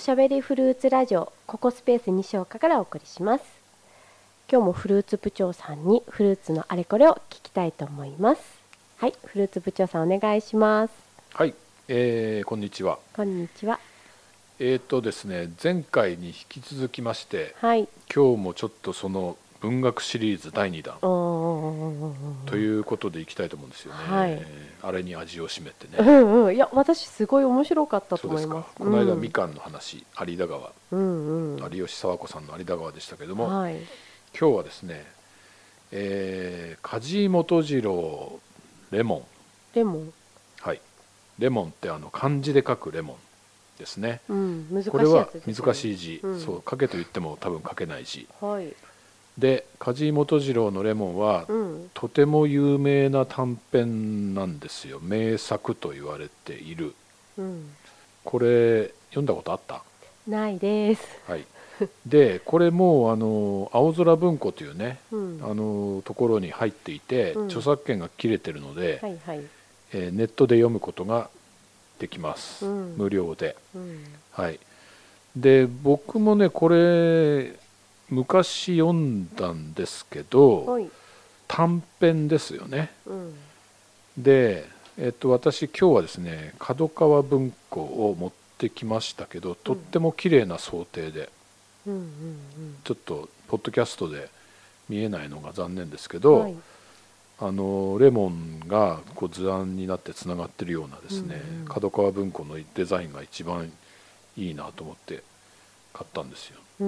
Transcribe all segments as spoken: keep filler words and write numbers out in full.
しゃべりフルーツラジオココスペース西岡からお送りします。今日もフルーツ部長さんにフルーツのあれこれを聞きたいと思います。はい、フルーツ部長さんお願いします。 はい、えー、こんにちは。 こんにちは。 えーとですね、前回に引き続きまして、 はい、 今日もちょっとその文学シリーズだいにだんおということでいきたいと思うんですよね。 はい、 あれに味を占めてうね。 んうん、いや私すごい面白かったと思います。 そうですか。この間、 うん、 みかんの話、有田川、 うんうん、 有吉佐和子さんの有田川でしたけども、 はい、 今日はですね、えー、梶井基次郎レモン。 レモン、 はい、レモンってあの漢字で書くレモンですね。 うん、難しいこれはやつですよね。 難しい字、 うん、 そう書けと言っても多分書けない字はい、 で、梶井基次郎のレモンは、 うん、 とても有名な短編なんですよ。名作と言われている。 うん、 これ読んだことあった？ ないです。 はい。でこれもあの青空文庫というね、 うん、 あのところに入っていて、 うん、 著作権が切れてるので、 はいはい、 えーネットで読むことができます、 うん、 無料で。 うん、 はい。で僕もねこれ昔読んだんですけど、 はい、 短編ですよね。 うん、 で、えっと、私今日はですね角川文庫を持ってきましたけど、とっても綺麗な装丁で、 うんうんうん、 ちょっとポッドキャストで見えないのが残念ですけど、 はい、 あのレモンがこう図案になってつながってるようなですね、 うんうん、 角川文庫のデザインが一番いいなと思って買ったんですよ。 うん、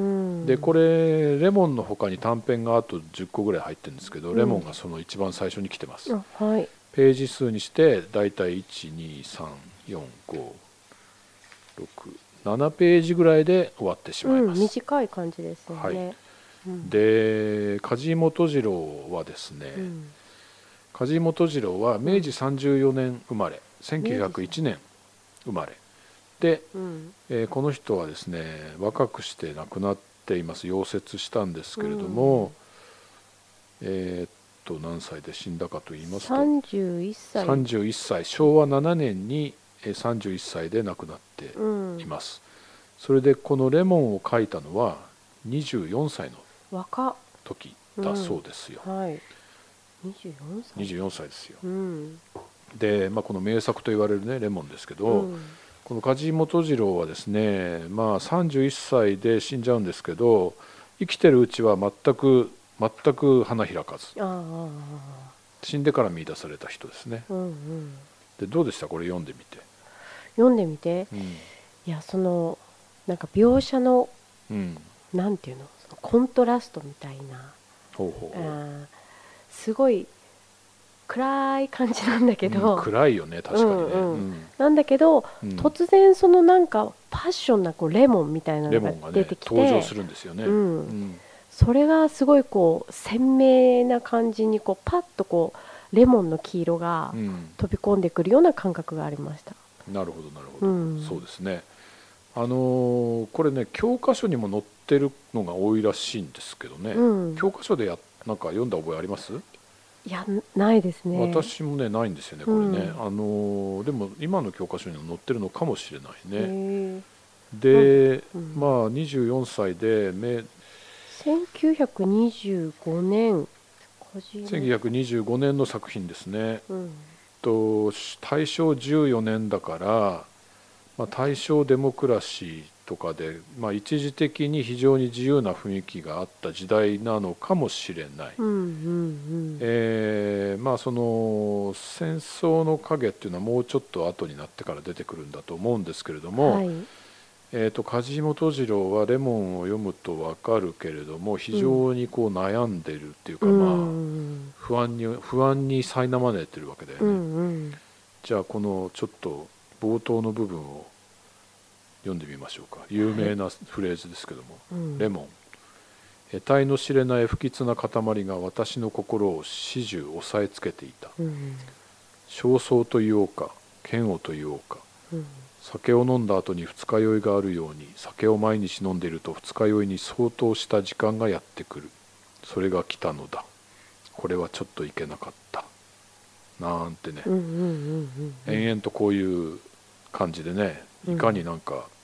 でこれレモンの他に短編があとじゅっこぐらい入ってるんですけど、 うん、 レモンがその一番最初に来てます。 あ、はい、 ページ数にしてだいたいいちにさんよんごろくななページぐらいで終わってしまいます。 うん、短い感じですよね。 はい。 うん、 で梶井基次郎はですね、 うん、 梶井基次郎は明治さんじゅうよねん生まれ、せんきゅうひゃくいちねん生まれで、 うん、 えーこの人はですね若くして亡くなっています。溶接したんですけれども、うん、えーっと何歳で死んだかと言いますとさんじゅういっさい、 さんじゅういっさい、しょうわななねんにさんじゅういっさいで亡くなってうん、 います。それでこのレモンを描いたのはにじゅうよんさいの若っ、 時だそうですよ。 うん、はい、にじゅうよんさい、 にじゅうよんさいですよ。 うん、 で、まあ、この名作と言われるねレモンですけど、 うん、 この梶井基次郎はですね、まあ、さんじゅういっさいで死んじゃうんですけど、生きてるうちは全く全く花開かず、 ああ、 死んでから見出された人ですね。 うんうん、 でどうでしたこれ読んでみて？ 読んでみて、 うん、 いやそのなんか描写のうん、 なんていうの、そのコントラストみたいな、 ほうほうほう、 あ、すごい暗い感じなんだけど、 うん、暗いよね確かにね、 うんうんうん、 なんだけど、 うん、 突然そのなんかパッションなこうレモンみたいなのがレモンがね出てきて、 登場するんですよね。 うんうん、 それがすごいこう鮮明な感じにこうパッとこうレモンの黄色がうん、 飛び込んでくるような感覚がありました。 なるほどなるほど、 うん、 そうですね。あのーこれね教科書にも載ってるのが多いらしいんですけどね、 うん、 教科書でやなんか読んだ覚えあります？ いやないですね。 私もねないんですよねこれね、 うん、 あのーでも今の教科書にも載ってるのかもしれないね。 へで、 うん、 まあにじゅうよんさいでめせんきゅうひゃくにじゅうごねんせんきゅうひゃくにじゅうごねんの作品ですね。 うん、 と大正じゅうよねんだから、まあ、大正デモクラシーとかで、まあ、一時的に非常に自由な雰囲気があった時代なのかもしれない。 うんうんうんえーまあその戦争の影っていうのはもうちょっと後になってから出てくるんだと思うんですけれども、 はい、 えーと梶井基次郎はレモンを読むと分かるけれども非常にこう悩んでるっていうか、 うまあん不安に不安に苛まれてるわけだよね。 うんうんじゃあこのちょっと冒頭の部分を読んでみましょうか。有名なフレーズですけども、 うん、 レモン、得体の知れない不吉な塊が私の心を始終押さえつけていた。 うん焦燥と言おうか嫌悪と言おうか、 うん酒を飲んだ後に二日酔いがあるように酒を毎日飲んでいると二日酔いに相当した時間がやってくる。それが来たのだ。これはちょっといけなかったなんてね、 うんうんうんうん延々とこういう感じでね、いかになんか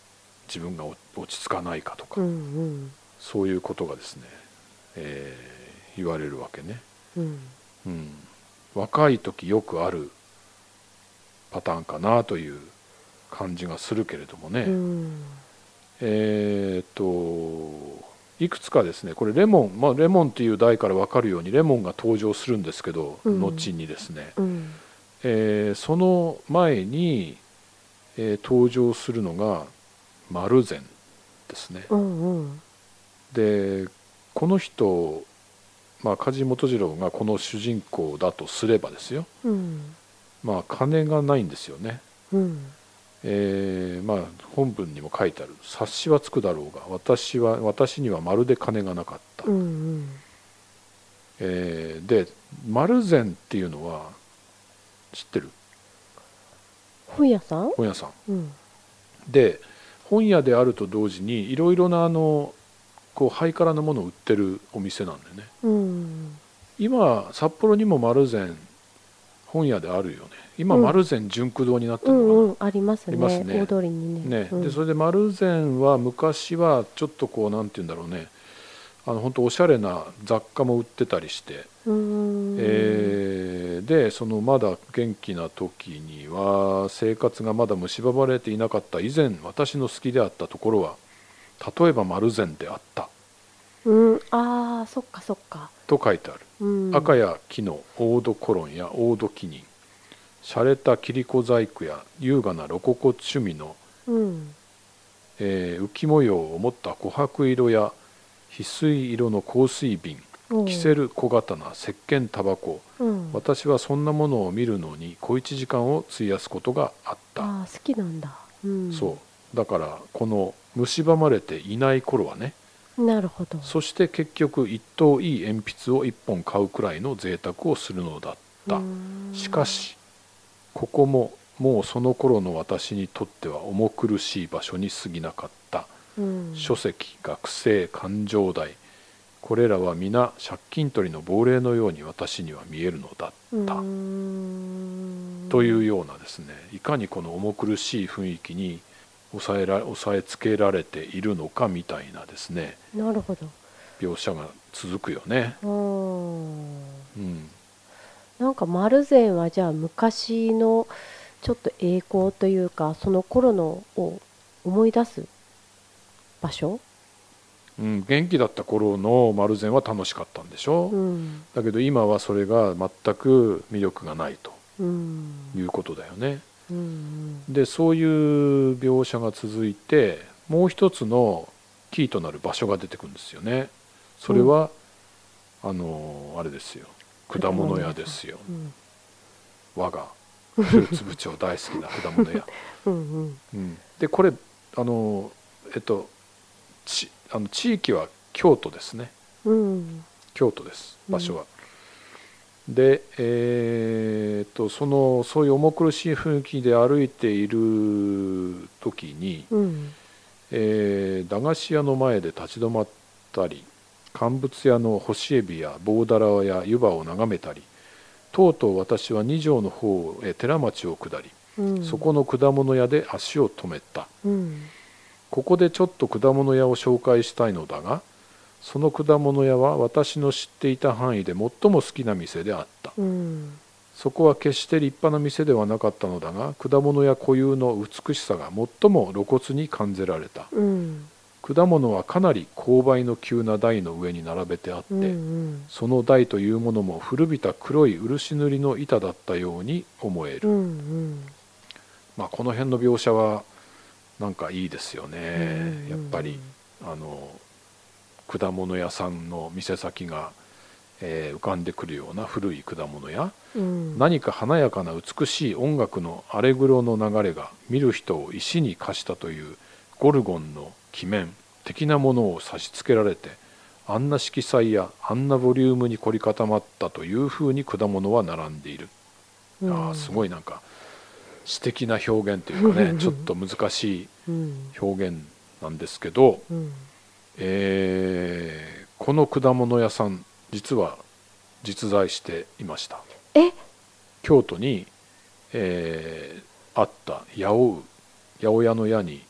自分が落ち着かないかとか、 うんうんそういうことがですね、えー言われるわけね。 うんうん、若い時よくあるパターンかなという感じがするけれどもね、 うんえーっといくつかですね、これレモン、まあ、レモンっていう題から分かるようにレモンが登場するんですけど、 うん後にですね、 うんえーその前に、えー登場するのが丸善ですね。 うんうんでこの人、まあ、梶本次郎がこの主人公だとすればですよ、 うんまあ金がないんですよね。 うんえーまあ本文にも書いてある「察しはつくだろうが私は私にはまるで金がなかった」 うんうんえーで丸善っていうのは知ってる？ 本屋さん？ 本屋さんうんで、本屋であると同時にいろいろなあのこうハイカラなものを売ってるお店なんだよね。 うん今札幌にも丸善本屋であるよね。今うん丸善純駆堂になってうるのかな、 んうんありますありますねね、大通りにね。 ね、 うんでそれで丸善は昔はちょっとこうなんて言うんだろうね、あの本当おしゃれな雑貨も売ってたりして、 うーんえーでそのまだ元気な時には生活がまだ蝕まれていなかった以前私の好きであったところは例えば丸善であったうんあーそっかそっか。 と書いてある。 うん赤や木の黄土コロンや黄土記人、洒落た切子細工や優雅なロココ趣味の、 うんえー浮模様を持った琥珀色や翡翠色の香水瓶、 おう着せる小刀石鹸タバコ、 うん私はそんなものを見るのに小一時間を費やすことがあった。 あー好きなんだ。うんそうだからこの蝕まれていない頃はね、 なるほど。 そして結局一等いい鉛筆を一本買うくらいの贅沢をするのだった。 うーんしかしここももうその頃の私にとっては重苦しい場所に過ぎなかった。 うん書籍、学生、勘定代、これらは皆借金取りの亡霊のように私には見えるのだった、 うーんというようなですね、いかにこの重苦しい雰囲気に抑えら抑えつけられているのかみたいなですねなるほど。 描写が続くよね。 うーんうんなんか丸善はじゃあ昔のちょっと栄光というかその頃のを思い出す場所？ うん、元気だった頃の丸善は楽しかったんでしょ、 うんだけど今はそれが全く魅力がないとうんいうことだよね。 うんでそういう描写が続いてもう一つのキーとなる場所が出てくるんですよね。それは、うん、あのあれですよ、果物屋ですよ。 うん我がフルーツ部長大好きな果物屋うんうんうん、でこれあのえっとちあの地域は京都ですね。 うん京都です場所は。うん、で、えー、っとそのそういう重苦しい雰囲気で歩いている時に、 うんえー駄菓子屋の前で立ち止まったり、乾物屋の干しエビや棒だらや湯葉を眺めたり、とうとう私は二条の方へ寺町を下り、 うんそこの果物屋で足を止めた。 うんここでちょっと果物屋を紹介したいのだが、その果物屋は私の知っていた範囲で最も好きな店であった。 うんそこは決して立派な店ではなかったのだが、果物屋固有の美しさが最も露骨に感じられた。 うん果物はかなり勾配の急な台の上に並べてあって、 うんうんその台というものも古びた黒い漆塗りの板だったように思える。 うんうんまあこの辺の描写はなんかいいですよね。 うんやっぱりあの果物屋さんの店先が、えー浮かんでくるような古い果物屋、 うん何か華やかな美しい音楽のアレグロの流れが見る人を石に化したというゴルゴンの鬼面的なものを差し付けられて、あんな色彩やあんなボリュームに凝り固まったというふうに果物は並んでいる。 うんあーすごいなんか詩的な表現というかねちょっと難しいうん表現なんですけど、 うんえーこの果物屋さん実は実在していました。 え京都に、えーあった八百八百屋の屋に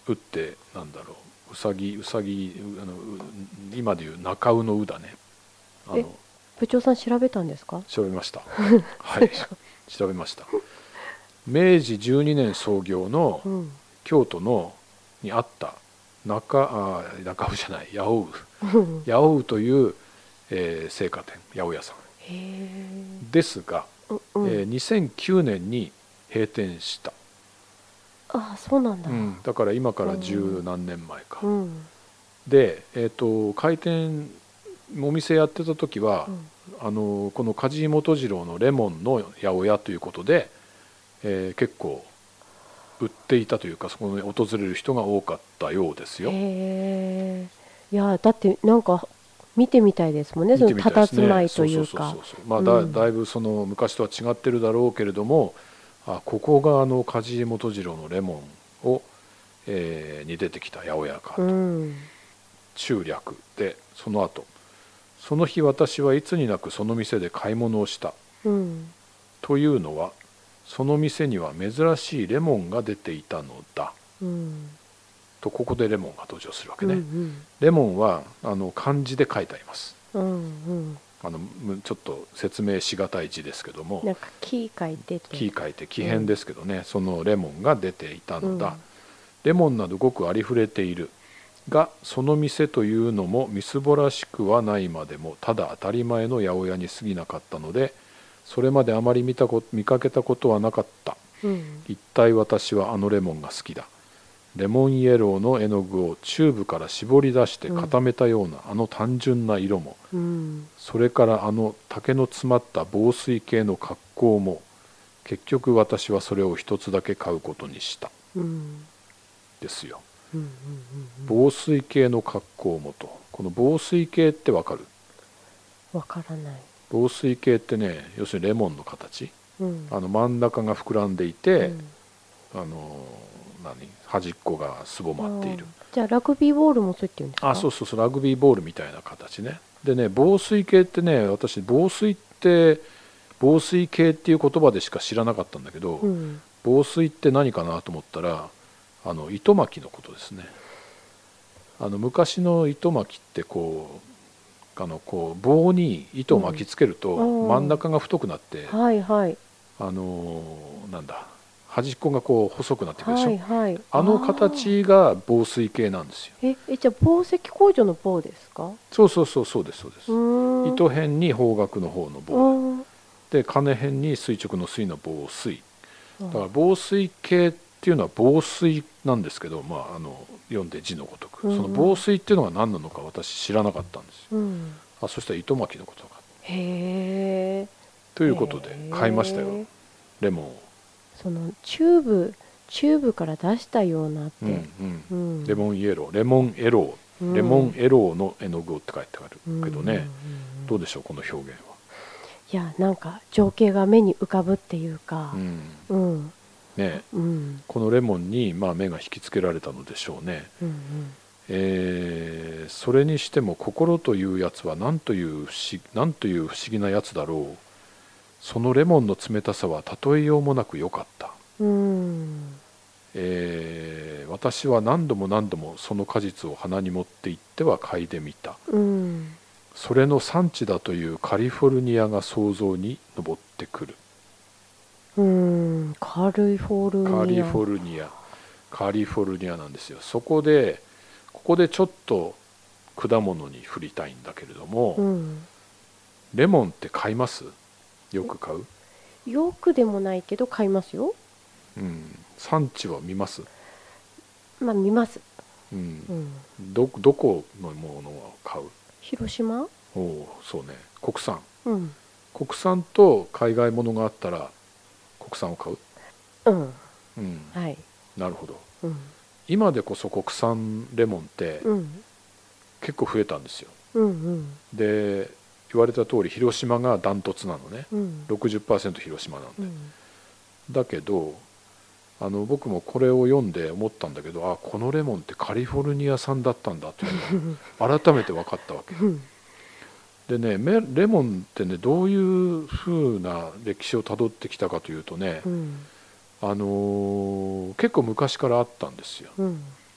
うってなんだろう、うさぎうさぎあのう今でいう中うのうだね。あえの部長さん調べたんですか？ 調べました。はい調べました。明治じゅうにねん創業のうん、 京都のにあった中あ中尾じゃない八百うん八百という、えー青果店八百屋さんへえ、 ですが、 うんうん、 えーにせんきゅうねんに閉店した、 ああそうなんだ、 うん、だから今から十何年前か、 うんで、えー、と開店お店やってた時は、 うんあのこの梶井元次郎のレモンの八百屋ということで、えー結構売っていたというか、そこに訪れる人が多かったようですよ。 へえ、いやだってなんか見てみたいですもんね、 見てそのみたいですね。 佇まいそうそうそうというか。 そうそう。まあだ、 うんだいぶその昔とは違ってるだろうけれども、あここがあの梶井元次郎のレモンを、えーに出てきた八百屋かと、 うん中略で、その後その日私はいつになくその店で買い物をした。 うんというのはその店には珍しいレモンが出ていたのだうんと、ここでレモンが登場するわけうんうね。 んレモンはあの漢字で書いてあります。 うんうんあのむちょっと説明しがたい字ですけども、 なんか木書いてて木書いて木偏ですけどね、そのレモンが出ていたのだ、 うんレモンなどごくありふれているが、その店というのもみすぼらしくはないまでもただ当たり前の八百屋に過ぎなかったので、それまであまり見たこ見かけたことはなかった。 うん一体私はあのレモンが好きだ。レモンイエローの絵の具をチューブから絞り出して固めたようなあの単純な色も、 うんそれからあの竹の詰まった防水系の格好も、結局私はそれを一つだけ買うことにしたうんですよ。 うんうん防水系の格好もと、この防水系ってわかる？ わからない。 防水系ってね、要するにレモンの形、 うんあの真ん中が膨らんでいて、 うんあの何端っこがすぼまっている。 あーじゃあラグビーボールもそうって言うんですか？ あ、そうそうそう、ラグビーボールみたいな形ね。でね、防水系ってね、私防水って防水系っていう言葉でしか知らなかったんだけど、 うん防水って何かなと思ったら、あの糸巻きのことですね。あの昔の糸巻きってこうあのこう棒に糸を巻きつけるとうん真ん中が太くなって、 はいはいあのなんだ端っこがこう細くなってくるでしょ、 はいはいあの形が防水系なんですよ。 あーええじゃあ紡績工場の棒ですか？ そうそうそうそうですそうです。 うーん糸辺に方角の方の棒うんで、金辺に垂直の水の防水だだから防水系っていうのは防水なんですけど、まあ、あの読んで字のごとく、 うんその防水っていうのが何なのか私知らなかったんですよ。 うんあ、そしたら糸巻きのことかへえということで買いましたよ、レモンを。 そのチューブチューブから出したようなって、 うんうんうんレモンイエローレモンエロー、 うんレモンエローの絵の具って書いてあるけどね、 うんうんうんどうでしょうこの表現は。 いやなんか情景が目に浮かぶっていうかうんうんね、 うんこのレモンにまあ目が引きつけられたのでしょうね。 うんえーそれにしても心というやつは何という不思何という不思議なやつだろう。そのレモンの冷たさは例えようもなく良かった。 うんえー私は何度も何度もその果実を鼻に持って行っては嗅いでみた。 うんそれの産地だというカリフォルニアが想像に上ってくる。 うんカリフォルニアカリフォルニアカリフォルニアなんですよ。そこでここでちょっと果物に振りたいんだけれども、 うんレモンって買います？よく買う？ よくでもないけど買いますよ。 うん、産地は見ます？ まあ見ます、 うんう、ん、 どどこのものを買う？ 広島おお、そうね、国産。 うん国産と海外ものがあったら国産を買う？ うんうん、 はいなるほど。 うん今でこそ国産レモンってうん結構増えたんですよ。 うんうんで言われた通り広島がダントツなのね。 うんろくじゅっパーセント 広島なんで、 うんだけどあの僕もこれを読んで思ったんだけど、あ、このレモンってカリフォルニア産だったんだというのが改めて分かったわけうんでね。メレモンってね、どういう風な歴史をたどってきたかというとね、 うんあのー結構昔からあったんですよ。 うん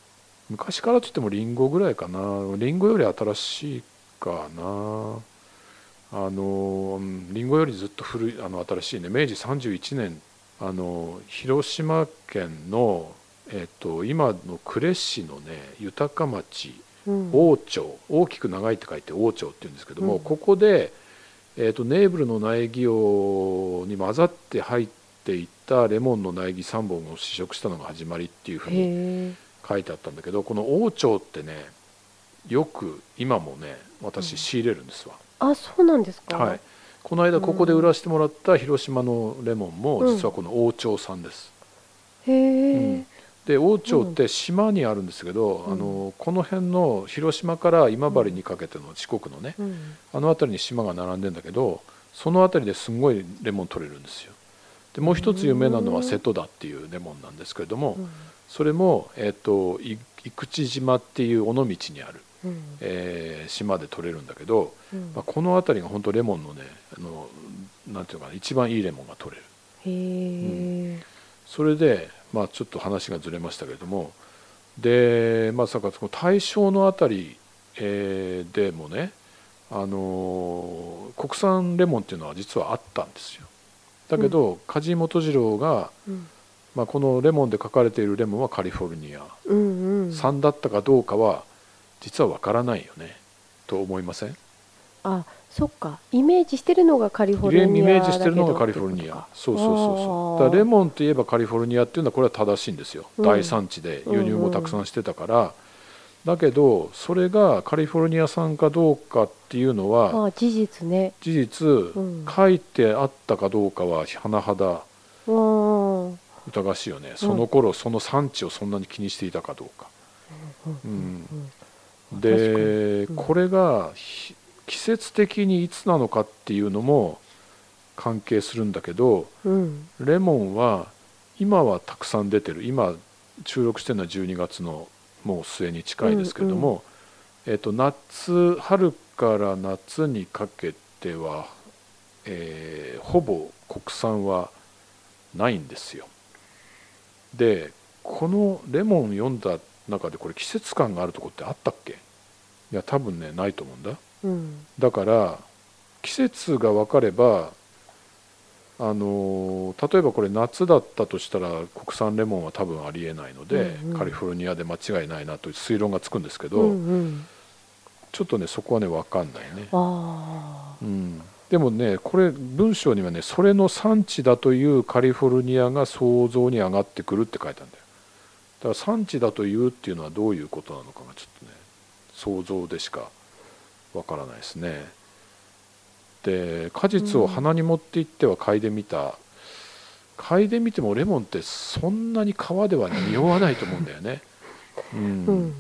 昔からといってもリンゴぐらいかな。リンゴより新しいかな。あのリンゴよりずっと古い、あの新しいね。明治さんじゅういちねん、あの広島県の、えっと、今の呉市のね豊か町、 うん、 王町、大きく長いって書いて王町っていうんですけども、 うん、 ここで、えっと、ネーブルの苗木をに混ざって入っていったレモンの苗木さんぼんを試食したのが始まりっていうふうにへえ、 書いてあったんだけど、この王町ってねよく今もね私仕入れるんですわ、 あ、そうなんですか。 はい、この間ここで売らせてもらった広島のレモンも実はこの王町産です、 へうんえ、 で王町って島にあるんですけど、 うん、 あのこの辺の広島から今治にかけての四国のね、 うん、 あの辺りに島が並んでるんだけど、その辺りですんごいレモン取れるんですよ。でもう一つ有名なのは瀬戸田っていうレモンなんですけれども、 うん、 それも、えー、とい生口島っていう尾道にある、 うん、 えー島で取れるんだけど、 うんまあ、この辺りが本当レモンのね、あのなんていうのかな、一番いいレモンが取れる。 へえ、 それで、まあ、ちょっと話がずれましたけれども、でまさかその大正のあたり、えーでもね、あの国産レモンっていうのは実はあったんですよ。だけど、梶井元次郎が、 うんまあ、このレモンで書かれているレモンはカリフォルニアうんうん、 産だったかどうかは実はわからないよねと思いません？ あ、そっか、イメージしてるのがカリフォイルニアメージしてるのがだカリけどってことか。 フォルニア、そうそうそうそう。だからレモンといえばカリフォルニアっていうのはこれは正しいんですよ、 うん大産地で輸入もたくさんしてたから、だけどそれがカリフォルニア産かどうかっていうのはあ、事実ね。 事実、 ん書いてあったかどうかは甚だうん、 疑わしいよね。その頃その産地をそんなに気にしていたかどうか、うんで、 確かに、うんこれがひ季節的にいつなのかっていうのも関係するんだけど、 うんレモンは今はたくさん出てる。今収録してるのはじゅうにがつのもう末に近いですけれども、えっと夏、春から夏にかけては、えーほぼ国産はないんですよ。でこのレモン読んだ中でこれ季節感があるとこってあったっけ？いや多分ねないと思うんだ。 うんだから季節が分かれば、あの例えばこれ夏だったとしたら国産レモンは多分ありえないので、 うんうん、 カリフォルニアで間違いないなという推論がつくんですけど、 うんうん、 ちょっとねそこはね分かんないね。 あうん、でもねこれ文章にはねそれの産地だというカリフォルニアが想像に上がってくるって書いてあるんだよ。だから産地だというっていうのはどういうことなのかがちょっとね想像でしかわからないですね。で果実を鼻に持って行っては嗅いでみた、嗅いでみてもレモンってそんなに皮では匂わないと思うんだよね。うんうん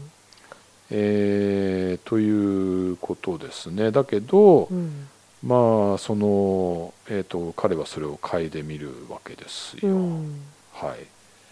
えーということですね。だけど、 うんまあその、えーと彼はそれを嗅いでみるわけですよ。 うんはい、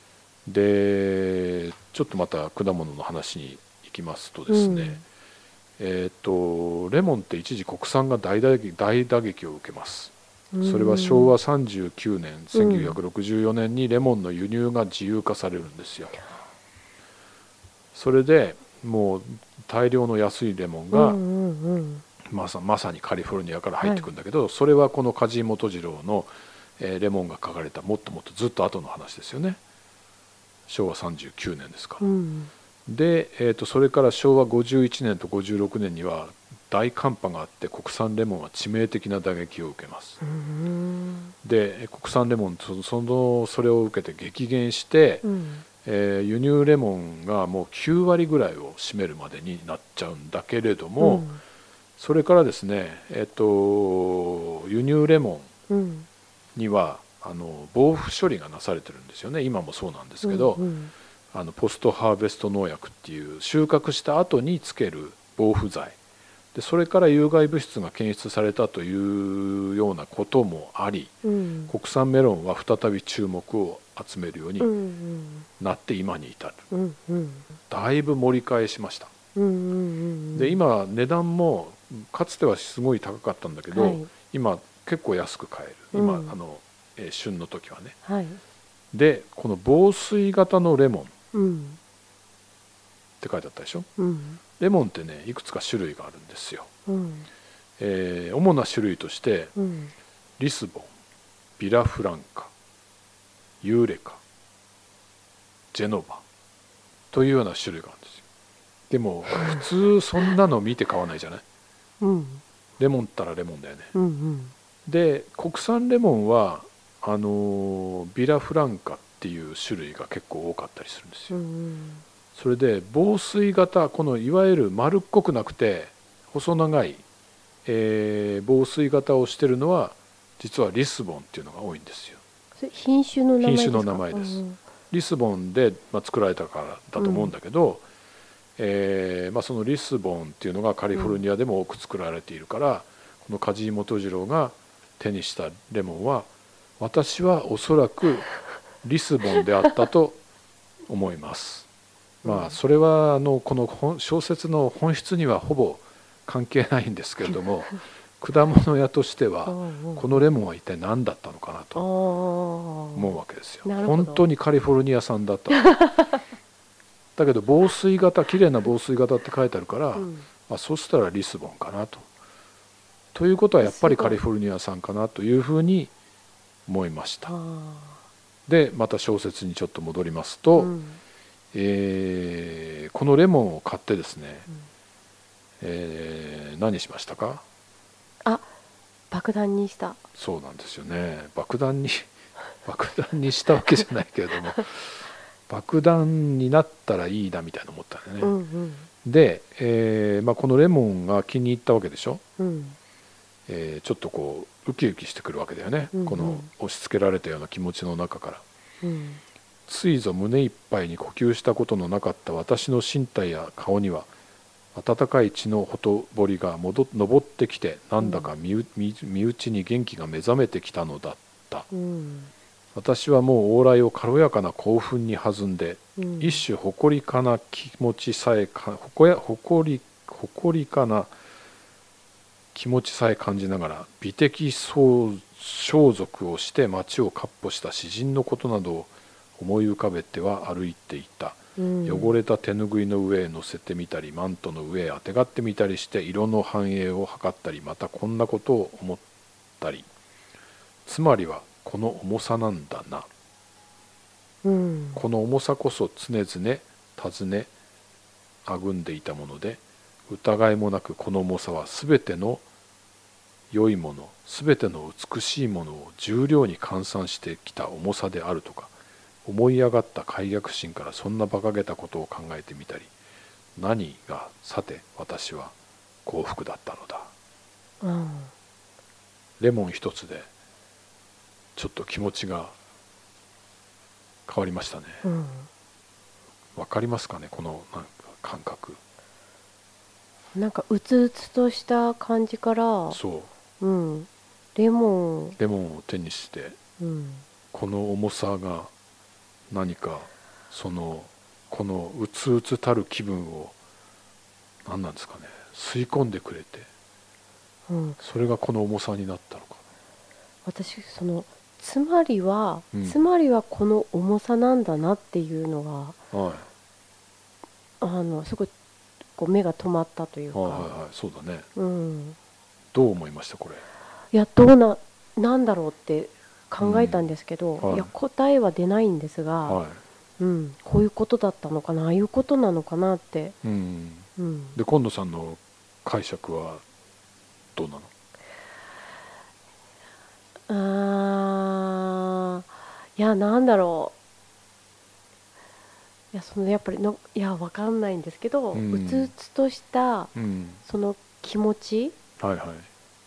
でちょっとまた果物の話に行きますとですね、 うんえっとレモンって一時国産が大打撃、大打撃を受けます。それはしょうわさんじゅうきゅうねんせんきゅうひゃくろくじゅうよねんにレモンの輸入が自由化されるんですよ。それでもう大量の安いレモンが、 うんうんうんまさ、まさにカリフォルニアから入ってくるんだけど、はい、それはこの梶井元次郎の、えー、レモンが書かれたもっともっとずっと後の話ですよね。しょうわさんじゅうきゅうねんですから、うん、で、えーと、それからしょうわごじゅういちねんとごじゅうろくねんには大寒波があって国産レモンは致命的な打撃を受けます。 うんで国産レモン そ, そのそれを受けて激減して、うんえー、輸入レモンがもうきゅうわりぐらいを占めるまでになっちゃうんだけれども、うん、それからですね、えーと、輸入レモンには、うん、あの防腐処理がなされてるんですよね。今もそうなんですけど、うんうん、あのポストハーベスト農薬っていう収穫した後につける防腐剤で、それから有害物質が検出されたというようなこともあり、うん、国産メロンは再び注目を集めるようになって今に至る、うんうん、だいぶ盛り返しました、うんうんうん、で今値段もかつてはすごい高かったんだけど、はい、今結構安く買える今、うん、あの、えー、旬の時はね、はい、でこの防水型のレモン、うん、 って書いてあったでしょ。 うんレモンってねいくつか種類があるんですよ。 うんえー主な種類としてうんリスボン、ビラフランカ、ユーレカ、ジェノバというような種類があるんですよ。でも普通そんなの見て買わないじゃない。 うんレモンったらレモンだよね。 うんうんで国産レモンはあのビラフランカっていう種類が結構多かったりするんですうよ。 んそれで防水型、このいわゆる丸っこくなくて細長い、えー防水型をしてるのは実はリスボンっていうのが多いんですよ。 それ品種の名前ですか？ 品種の名前ですうんリスボンで、まあ、作られたからだと思うんだけど、えーまあ、そのリスボンっていうのがカリフォルニアでも多く作られているから、この梶井元次郎が手にしたレモンは私はおそらくリスボンであったと思います。まあそれはあのこの本小説の本質にはほぼ関係ないんですけれども果物屋としてはうんうんこのレモンは一体何だったのかなあとー思うわけですよ。 なるほど本当にカリフォルニア産だっただけど防水型、綺麗な防水型って書いてあるから、 うんあそうしたらリスボンかなと。ということはやっぱりカリフォルニア産かなというふうに思いました。 あでまた小説にちょっと戻りますーと、 うんえーこのレモンを買ってですね、 うんえー何しましたか。 あ爆弾にした。 そうなんですよね。爆弾に爆弾にしたわけじゃないけれども爆弾になったらいいなみたいな思ったんだよね。 うんうんで、えーまあ、このレモンが気に入ったわけでしょ。 うんえーちょっとこうウキウキしてくるわけだよね、 うんうんこの押し付けられたような気持ちの中から。 うんついぞ胸いっぱいに呼吸したことのなかった私の身体や顔には温かい血のほとぼりが戻上ってきて、なんだか身う身身内に元気が目覚めてきたのだった。 うん私はもう往来を軽やかな興奮に弾んで、 うん一種誇りかな気持ちさえか誇や誇り誇りかな気持ちさえ感じながら美的相装束をして街を闊歩した詩人のことなどを思い浮かべては歩いていた。 うん汚れた手ぬぐいの上へ乗せてみたり、マントの上へあてがってみたりして色の反映を図ったり、またこんなことを思ったり、つまりはこの重さなんだな、 うんこの重さこそ常々尋ねあぐんでいたもので、疑いもなくこの重さはすべての良いもの、すべての美しいものを重量に換算してきた重さであるとか、思い上がった快逆心からそんな馬鹿げたことを考えてみたり、何がさて私は幸福だったのだ。 うんレモン一つでちょっと気持ちが変わりましたね。 うんわかりますかね、このなんか感覚。 なんかうつうつとした感じから、 そううん、レモン、 レモンを手にしてうん、 この重さが何かそのこのうつうつたる気分を何なんですかね、吸い込んでくれて、 うん、 それがこの重さになったのか。 私そのつまりは、 うんつまりはこの重さなんだなっていうのがはいあのすごいこう目が止まったというか、 はいはいはい、そうだね。 うん、 どう思いましたこれ。 いやどうななんだろうって考えたんですけど、 うんはいいや答えは出ないんですが、 はうん、こういうことだったのかな、ああいうことなのかなって、 い、うん、 うん、 で今野さんの解釈はどうなの。 あーいやなんだろう、いやそのやっぱりのいやわかんないんですけど、 ううんつうつとしたうんその気持ちはいはい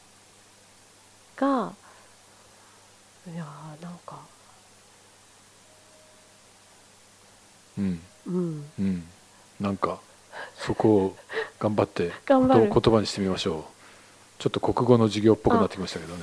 がいやなんかうんうんうんなんかそこを頑張って頑張ること言葉にしてみましょう。ちょっと国語の授業っぽくなってきましたけどね。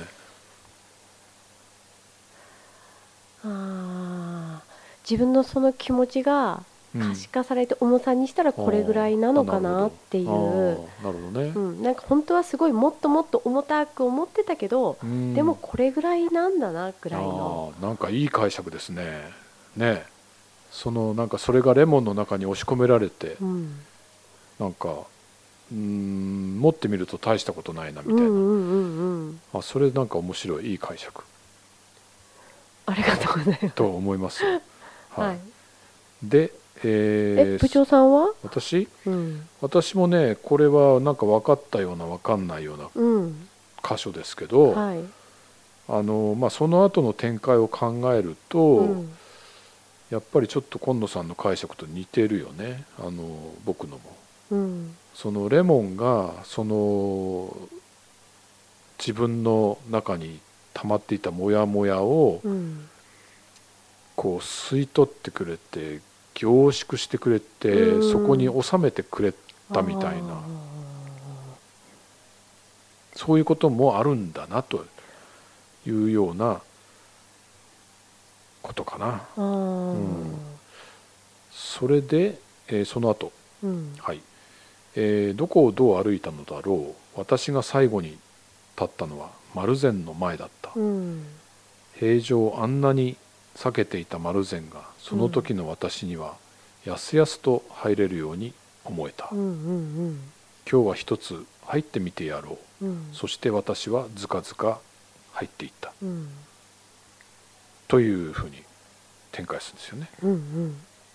あー自分のその気持ちがうん可視化されて重さにしたらこれぐらいなのかなっていう、 あーなるほどね、 うん、なんか本当はすごいもっともっと重たく思ってたけど、 うんでもこれぐらいなんだなぐらいの、 あーなんかいい解釈ですね。ねそのなんかそれがレモンの中に押し込められて、 うん、 なんかうーん持ってみると大したことないなみたいな、 うんうんうんうん、 あそれなんか面白いいい解釈ありがとうございますと思いますよ。はい、 はい、 で、えーえ部長さんは、 私うん私もねこれはなんか分かったような分かんないようなうん、 箇所ですけど、 はい、 あのまあ、その後の展開を考えると、 うん、 やっぱりちょっと今野さんの解釈と似てるよね、あの僕のも。 うん、 そのレモンがその自分の中に溜まっていたモヤモヤをうん、 こう吸い取ってくれて凝縮してくれて、 うん、 そこに収めてくれたみたいな、 あそういうこともあるんだなというようなことかな。 ー、あー、 うん、それで、えーその後、 うん、 はい、えーどこをどう歩いたのだろう。私が最後に立ったのは丸善の前だった。 うん、 平常あんなに避けていた丸善がその時の私にはやすやすと入れるように思えた。 うんうん今日は一つ入ってみてやろう。 うん、 そして私はずかずか入っていった、 うん、 というふうに展開するんですよね。 うんうん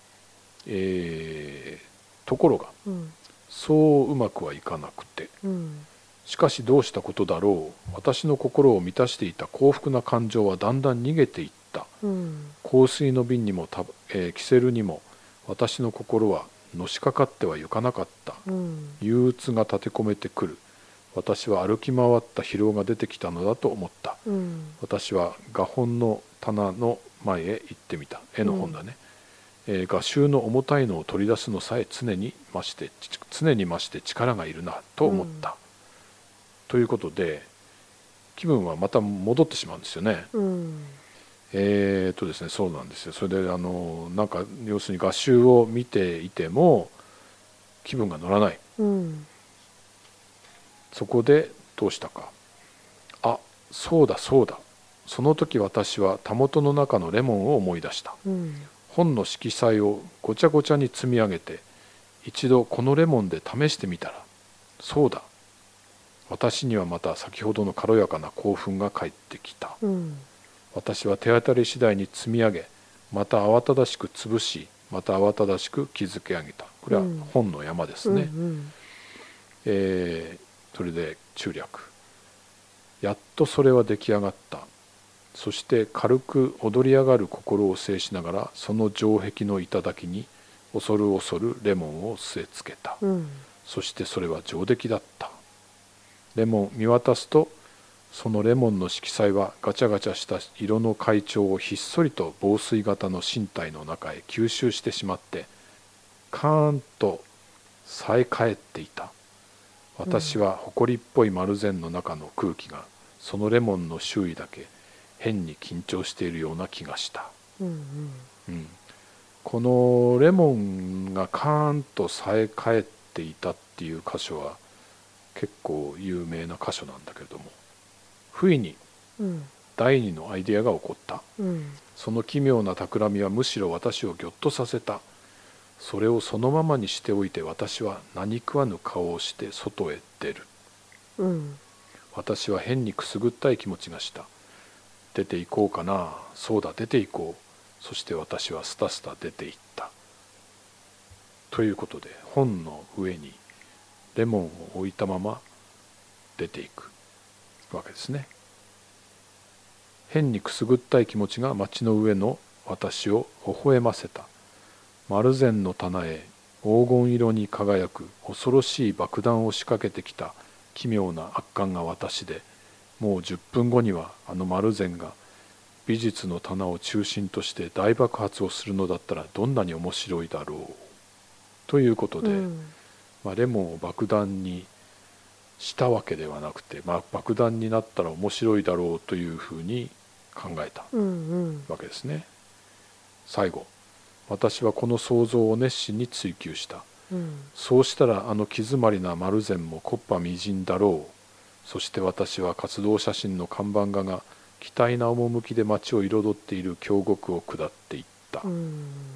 えーところがうん、 そううまくはいかなくて、 うん、 しかしどうしたことだろう。私の心を満たしていた幸福な感情はだんだん逃げていった。 うん、 香水の瓶にもた、えーキセルにも私の心はのしかかってはいかなかった。 うん、 憂鬱が立て込めてくる。私は歩き回った疲労が出てきたのだと思った。 うん、 私は画本の棚の前へ行ってみた。絵の本だね、えー画集の重たいのを取り出すのさえ常に増して常に増して力がいるなと思った、 うん、 ということで気分はまた戻ってしまうんですよね。 うん、 えーっとですねそうなんですよ。それであのなんか要するに画集を見ていても気分が乗らない。 うん、 そこでどうしたか。あ、そうだそうだ。その時私はたもとの中のレモンを思い出した。 うん、 本の色彩をごちゃごちゃに積み上げて一度このレモンで試してみたら、そうだ、私にはまた先ほどの軽やかな興奮が返ってきた。 うん、 私は手当たり次第に積み上げ、また慌ただしく潰し、また慌ただしく築き上げた。これは本の山ですね。 うん、 えー、それで中略。やっとそれは出来上がった。そして軽く踊り上がる心を制しながら、その城壁の頂に恐る恐るレモンを据え付けた。 うん、 そしてそれは上出来だった。レモン見渡すと、そのレモンの色彩はガチャガチャした色の階調をひっそりと防水型の身体の中へ吸収してしまって、カーンとさえ返っていた。私は埃っぽい丸善の中の空気がそのレモンの周囲だけ変に緊張しているような気がした、 うん、 うん、このレモンがカーンとさえ返っていたっていう箇所は結構有名な箇所なんだけれども、不意に第二のアイデアが起こった。 うん、 その奇妙な企みはむしろ私をぎょっとさせた。それをそのままにしておいて私は何食わぬ顔をして外へ出る。 うん、 私は変にくすぐったい気持ちがした。出て行こうかな。そうだ、出て行こう。そして私はスタスタ出て行った。ということで本の上にレモンを置いたまま出ていくわけですね。変にくすぐったい気持ちが街の上の私を微笑ませた。丸善の棚へ黄金色に輝く恐ろしい爆弾を仕掛けてきた奇妙な圧巻が私で、もうじゅっぷんごにはあの丸善が美術の棚を中心として大爆発をするのだったらどんなに面白いだろう。ということで、 うん、 まあ、レモンを爆弾にしたわけではなくて、まあ、爆弾になったら面白いだろうというふうに考えたわけですね。最後、私はこの想像を熱心に追求した。 うん、 そうしたらあの気詰まりな丸善も木っ端みじんだろう。そして私は活動写真の看板画が期待な趣で街を彩っている京極を下っていった。 うん、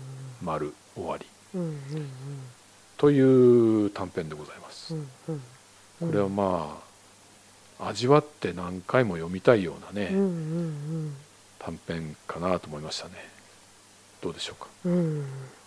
丸終わりうんうんという短編でございます。 うんうんうん、 これはまあ味わって何回も読みたいようなね、 うんうんうん短編かなと思いましたね。どうでしょうか。 うん、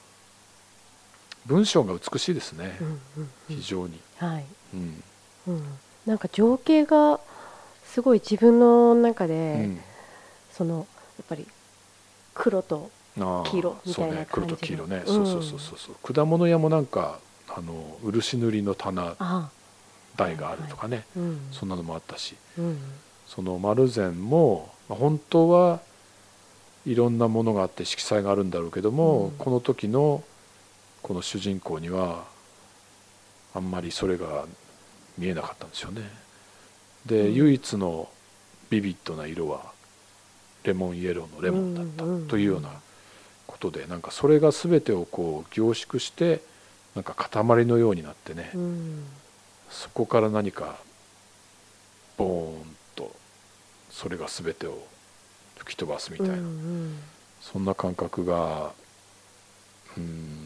文章が美しいですね、 うんうんうん、 非常に、 はい、 うんうん、なんか情景がすごい自分の中で、 うん、 そのやっぱり黒とあ黄色みたいなそうね、黒感じの、 と黄色ね、 うん、 そうそうそうそうそう、果物屋もなんかあの漆塗りの棚あ台があるとかね、 はいはい、うん、 そんなのもあったし、 うん、 その丸善も、まあ、本当はいろんなものがあって色彩があるんだろうけども、 うん、 この時のこの主人公にはあんまりそれが見えなかったんですよね。で、うん、唯一のビビッドな色はレモンイエローのレモンだったというようなことで、なんかそれが全てをこう凝縮してなんか塊のようになってね、 うん、 そこから何かボーンとそれが全てを吹き飛ばすみたいな、うんうん、そんな感覚が、うん、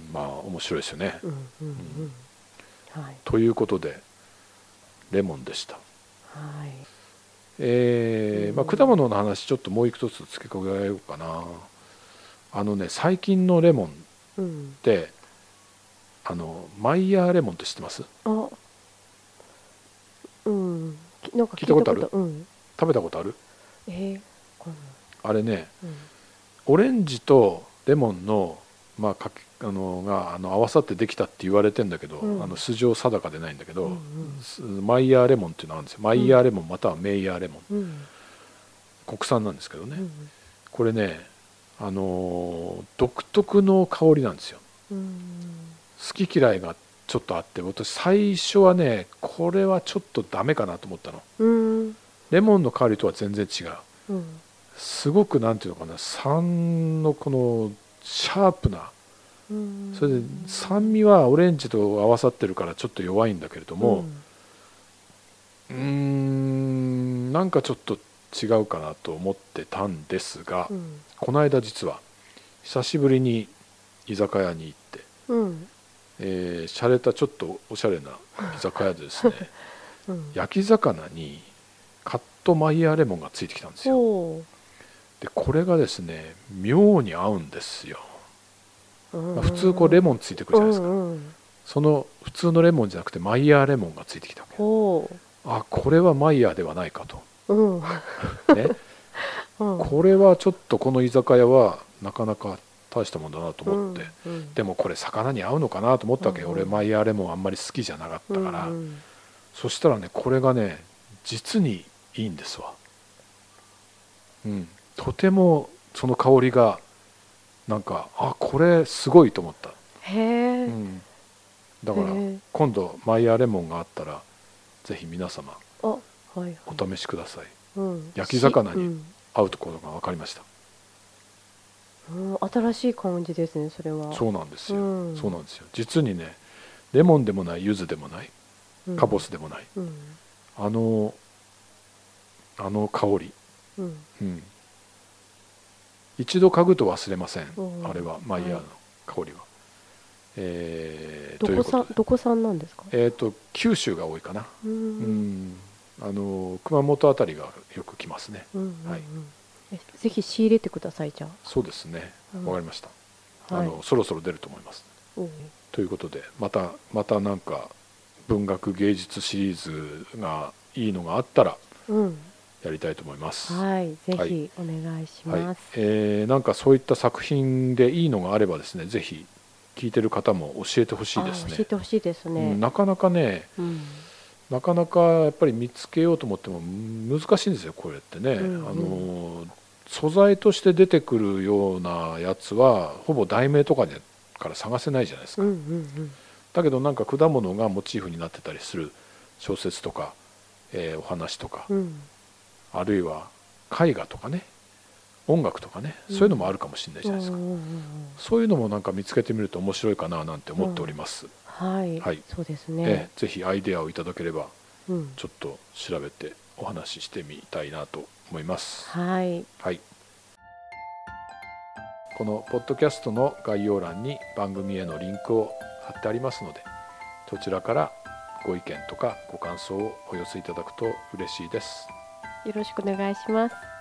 まあ面白いですよね、うんうんうん、はい、ということでレモンでした。はい、えーまあ、果物の話ちょっともう一つ付け加えようかな。あのね、最近のレモンって、うん、あのマイヤーレモンって知ってます？あ、 うん、なんか聞いたことある？うん、 食べたことある？ えー、 あれね、うん、オレンジとレモンの、まあ、かけあのがあの合わさってできたって言われてんだけど、うん、あの素性定かでないんだけど、うんうん、マイヤーレモンっていうのがあるんですよ。マイヤーレモンまたはメイヤーレモン、うん、国産なんですけどね、うん、これね、あの独特の香りなんですよ、うん、好き嫌いがちょっとあって、私最初はねこれはちょっとダメかなと思ったの、うん、レモンの香りとは全然違う、うん、すごくなんていうのかな、酸のこのシャープな、うん、それで酸味はオレンジと合わさってるからちょっと弱いんだけれども、うん、うーんなんかちょっと違うかなと思ってたんですが、うん、この間実は久しぶりに居酒屋に行って、うん、えー、洒落たちょっとおしゃれな居酒屋でですね、うん、焼き魚にカットマイヤーレモンがついてきたんですよ。でこれがですね妙に合うんですよ、まあ、普通こうレモンついてくるじゃないですか、うんうん、その普通のレモンじゃなくてマイヤーレモンがついてきたわけ。あ、これはマイヤーではないかと、うんねうん、これはちょっとこの居酒屋はなかなか大したもんだなと思って、うんうん、でもこれ魚に合うのかなと思ったわけ、うんうん、俺マイヤーレモンあんまり好きじゃなかったから、うんうん、そしたらねこれがね実にいいんですわ、うん、とてもその香りがなんかあこれすごいと思った。へえ、うん、だから今度マイヤーレモンがあったらぜひ皆様お試しください、うん、焼き魚に合うところが分かりました、 うん、新しい感じですねそれは。 そうなんですよ、うん、そうなんですよ。実にねレモンでもない柚子でもないカボスでもない、うん、あのあの香り、うんうん、一度嗅ぐと忘れません、うん、あれはマイヤーの香りは、はい、えー、 どこ産どこ産なんですか？ えーと九州が多いかな、うんうんあの熊本あたりがよく来ますね、うんうんうん、はい、 ぜひ仕入れてください。じゃあそうですね、わ、うん、かりました、あの、はい、そろそろ出ると思います、うん、ということでまたまたなんか文学芸術シリーズがいいのがあったらやりたいと思います、 うん、はいぜひお願いします、はいはい、 えー、なんかそういった作品でいいのがあればですねぜひ聞いてる方も教えてほしいですね。 教えてほしいですね、 うん、なかなかね、うんなかなかやっぱり見つけようと思っても難しいんですよこれってね、うんうん、あの素材として出てくるようなやつはほぼ題名とかでから探せないじゃないですか、うんうんうん、だけどなんか果物がモチーフになってたりする小説とか、えー、お話とか、うん、あるいは絵画とかね音楽とかね、うん、そういうのもあるかもしれないじゃないですか、うんうんうん、そういうのもなんか見つけてみると面白いかななんて思っております、うんはい、はい、そうですね、 えー、ぜひアイデアをいただければ、うん、ちょっと調べてお話ししてみたいなと思います。 はい、 はい、 このポッドキャストの概要欄に番組へのリンクを貼ってありますので、そちらからご意見とかご感想をお寄せいただくと嬉しいです。 よろしくお願いします。